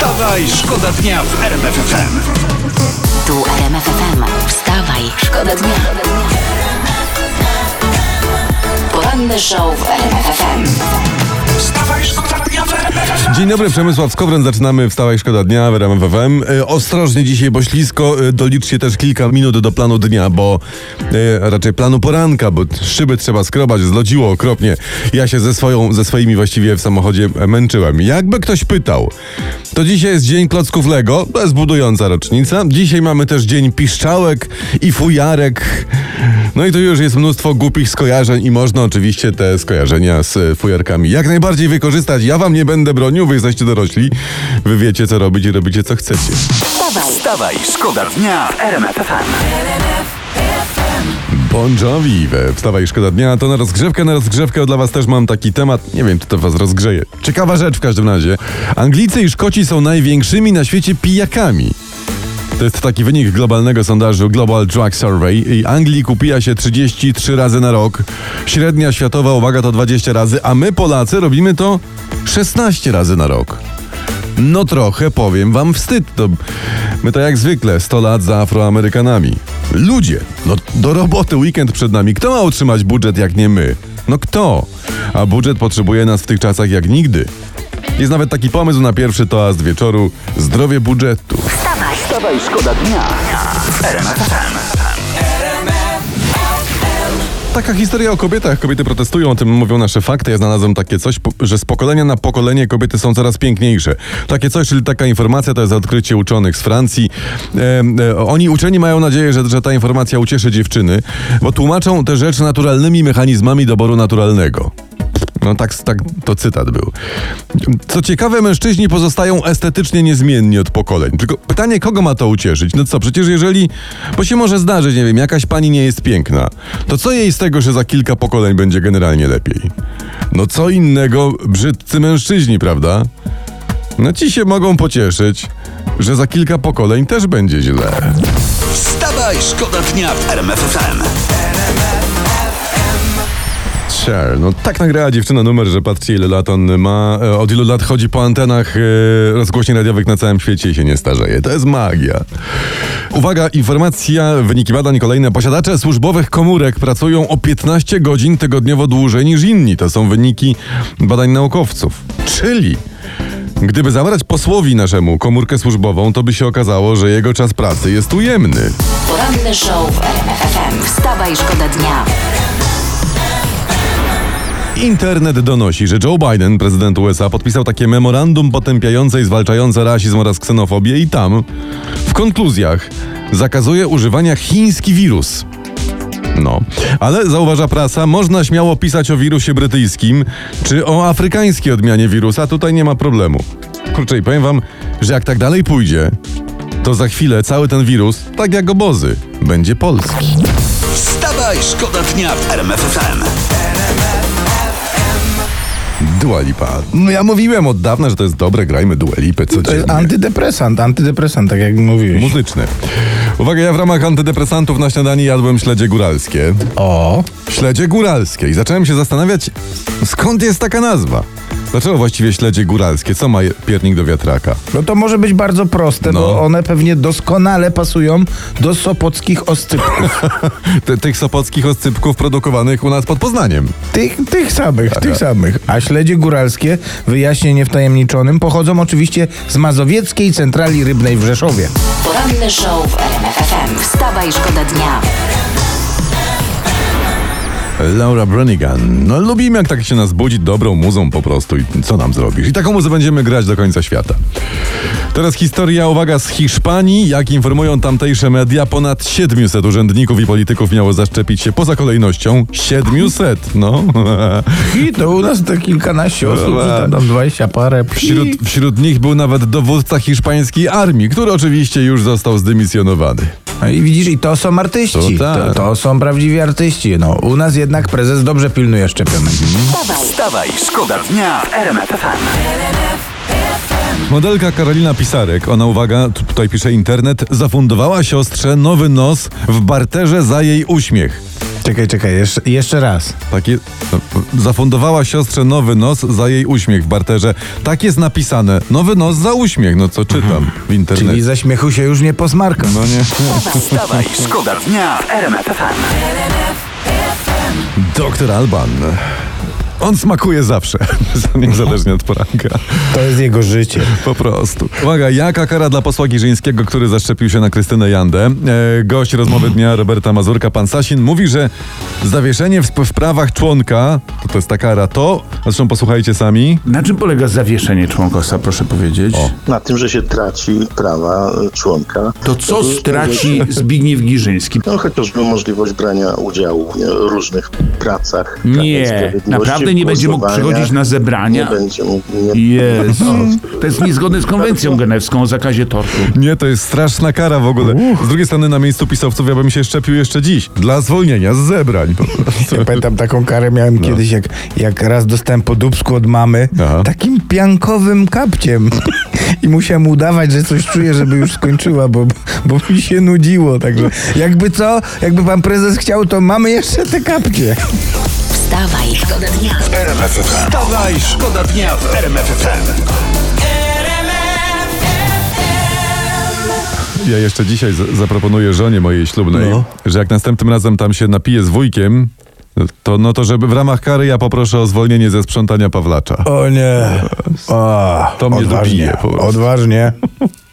Wstawaj, szkoda dnia w RMF FM. Tu RMF FM. Wstawaj, szkoda dnia. Poranny show w RMF FM. Wstawaj, szkoda dnia w RMF FM. Dzień dobry, Przemysław Skowron, zaczynamy Wstawaj, szkoda dnia w RMF FM. Ostrożnie dzisiaj, bo ślisko, doliczcie też kilka minut do planu dnia, bo raczej planu poranka, bo szyby trzeba skrobać, zlodziło okropnie. Ja się ze swoimi właściwie w samochodzie męczyłem. Jakby ktoś pytał, to dzisiaj jest dzień klocków Lego, to jest budująca rocznica. Dzisiaj mamy też dzień piszczałek i fujarek. No i tu już jest mnóstwo głupich skojarzeń i można oczywiście te skojarzenia z fujarkami jak najbardziej wykorzystać. Ja wam nie będę bronił, wy jesteście dorośli, wy wiecie co robić i robicie co chcecie. Wstawaj, szkoda dnia w RMF FM. Bon Jovi we Wstawaj, szkoda dnia. To na rozgrzewkę dla was też mam taki temat. Nie wiem, czy to was rozgrzeje. Ciekawa rzecz w każdym razie. Anglicy i Szkoci są największymi na świecie pijakami. To jest taki wynik globalnego sondażu Global Drug Survey. I Anglii upija się 33 razy na rok. Średnia światowa, uwaga, to 20 razy, a my Polacy robimy to 16 razy na rok. No trochę, powiem wam, wstyd. My to jak zwykle 100 lat za Afroamerykanami. Ludzie, no do roboty, weekend przed nami. Kto ma utrzymać budżet jak nie my? No kto? A budżet potrzebuje nas w tych czasach jak nigdy. Jest nawet taki pomysł na pierwszy toast wieczoru: zdrowie budżetu. Wstawaj, szkoda dnia w RMF FM. Taka historia o kobietach. Kobiety protestują, o tym mówią nasze fakty. Ja znalazłem takie coś, że z pokolenia na pokolenie kobiety są coraz piękniejsze. Takie coś, czyli taka informacja, to jest odkrycie uczonych z Francji. Oni uczeni mają nadzieję, że ta informacja ucieszy dziewczyny, bo tłumaczą tę rzecz naturalnymi mechanizmami doboru naturalnego. No tak, to cytat był. Co ciekawe, mężczyźni pozostają estetycznie niezmienni od pokoleń. Tylko pytanie, kogo ma to ucieszyć? No co, przecież bo się może zdarzyć, nie wiem, jakaś pani nie jest piękna, to co jej z tego, że za kilka pokoleń będzie generalnie lepiej? No co innego brzydcy mężczyźni, prawda? No ci się mogą pocieszyć, że za kilka pokoleń też będzie źle. Wstawaj, szkoda dnia w RMF FM. No tak nagrała dziewczyna numer, że patrzcie ile lat on ma. Od ilu lat chodzi po antenach rozgłośni radiowych na całym świecie i się nie starzeje. To jest magia. Uwaga, informacja, wyniki badań kolejne. Posiadacze służbowych komórek pracują o 15 godzin tygodniowo dłużej niż inni. To są wyniki badań naukowców. Czyli gdyby zabrać posłowi naszemu komórkę służbową, to by się okazało, że jego czas pracy jest ujemny. Poranny show w RMF FM. Wstawaj, szkoda dnia. Internet donosi, że Joe Biden, prezydent USA, podpisał takie memorandum potępiające i zwalczające rasizm oraz ksenofobię i tam, w konkluzjach, zakazuje używania chiński wirus. No, ale zauważa prasa, można śmiało pisać o wirusie brytyjskim czy o afrykańskiej odmianie wirusa, tutaj nie ma problemu. Kurczę, i powiem wam, że jak tak dalej pójdzie, to za chwilę cały ten wirus, tak jak obozy, będzie polski. Wstawaj, szkoda dnia w RMF FM. Dua Lipa. No ja mówiłem od dawna, że to jest dobre, grajmy Dua Lipę codziennie. To jest antydepresant, tak jak mówiłeś. Muzyczny. Uwaga, ja w ramach antydepresantów na śniadanie jadłem śledzie góralskie. O! Śledzie góralskie. I zacząłem się zastanawiać, skąd jest taka nazwa. Dlaczego właściwie śledzie góralskie? Co ma piernik do wiatraka? No to może być bardzo proste, No. bo one pewnie doskonale pasują do sopockich oscypków. Tych sopockich oscypków produkowanych u nas pod Poznaniem. Tych samych. A śledzie góralskie, wyjaśnienie wtajemniczonym, pochodzą oczywiście z mazowieckiej centrali rybnej w Rzeszowie. Poranny show w RMF FM. Wstawaj, szkoda dnia. Laura Branigan. No lubimy, jak tak się nas budzi dobrą muzą po prostu i co nam zrobisz? I taką muzę będziemy grać do końca świata. Teraz historia, uwaga, z Hiszpanii. Jak informują tamtejsze media, ponad 700 urzędników i polityków miało zaszczepić się poza kolejnością. 700, no. I to u nas to kilkanaście osób, czy tam 20 parę. Wśród nich był nawet dowódca hiszpańskiej armii, który oczywiście już został zdymisjonowany. No i widzisz, i to są artyści. To tak. To są prawdziwi artyści. No, u nas jednak prezes dobrze pilnuje szczepionek. Wstawaj, szkoda dnia w RMF FM. Modelka Karolina Pisarek, ona, uwaga, tutaj pisze internet, zafundowała siostrze nowy nos w barterze za jej uśmiech. Czekaj, jeszcze raz. Takie, zafundowała siostrze nowy nos za jej uśmiech w barterze. Tak jest napisane. Nowy nos za uśmiech. No co czytam w internecie. Czyli ze śmiechu się już nie posmarka. No nie. Wstawaj, szkoda dnia w RMF FM. Doktor Alban. On smakuje zawsze, niezależnie od poranka. To jest jego życie. Po prostu. Uwaga, jaka kara dla posła Giżyńskiego, który zaszczepił się na Krystynę Jandę? Gość rozmowy dnia Roberta Mazurka, pan Sasin, mówi, że zawieszenie w prawach członka, to jest ta kara, zresztą posłuchajcie sami. Na czym polega zawieszenie członkostwa, proszę powiedzieć? Na tym, że się traci prawa członka. To co straci Zbigniew Giżyński? No chociażby możliwość brania udziału w różnych pracach. Nie, naprawdę nie będzie mógł przychodzić na zebrania? Nie będzie mógł. Jezu, to jest niezgodne z konwencją genewską o zakazie tortu. Nie, to jest straszna kara w ogóle. Z drugiej strony na miejscu pisowców ja bym się szczepił jeszcze dziś. Dla zwolnienia z zebrań. Po prostu. Ja pamiętam, taką karę miałem kiedyś, jak raz dostałem po dupsku od mamy, takim piankowym kapciem. I musiałem udawać, że coś czuję, żeby już skończyła, bo mi się nudziło. Także jakby pan prezes chciał, to mamy jeszcze te kapcie. Wstawaj, szkoda dnia. Wstawaj, szkoda dnia w RMF FM. Ja jeszcze dzisiaj zaproponuję żonie mojej ślubnej, że jak następnym razem tam się napije z wujkiem, to żeby w ramach kary ja poproszę o zwolnienie ze sprzątania Pawlacza. O nie. To mnie dobije po prostu. Odważnie.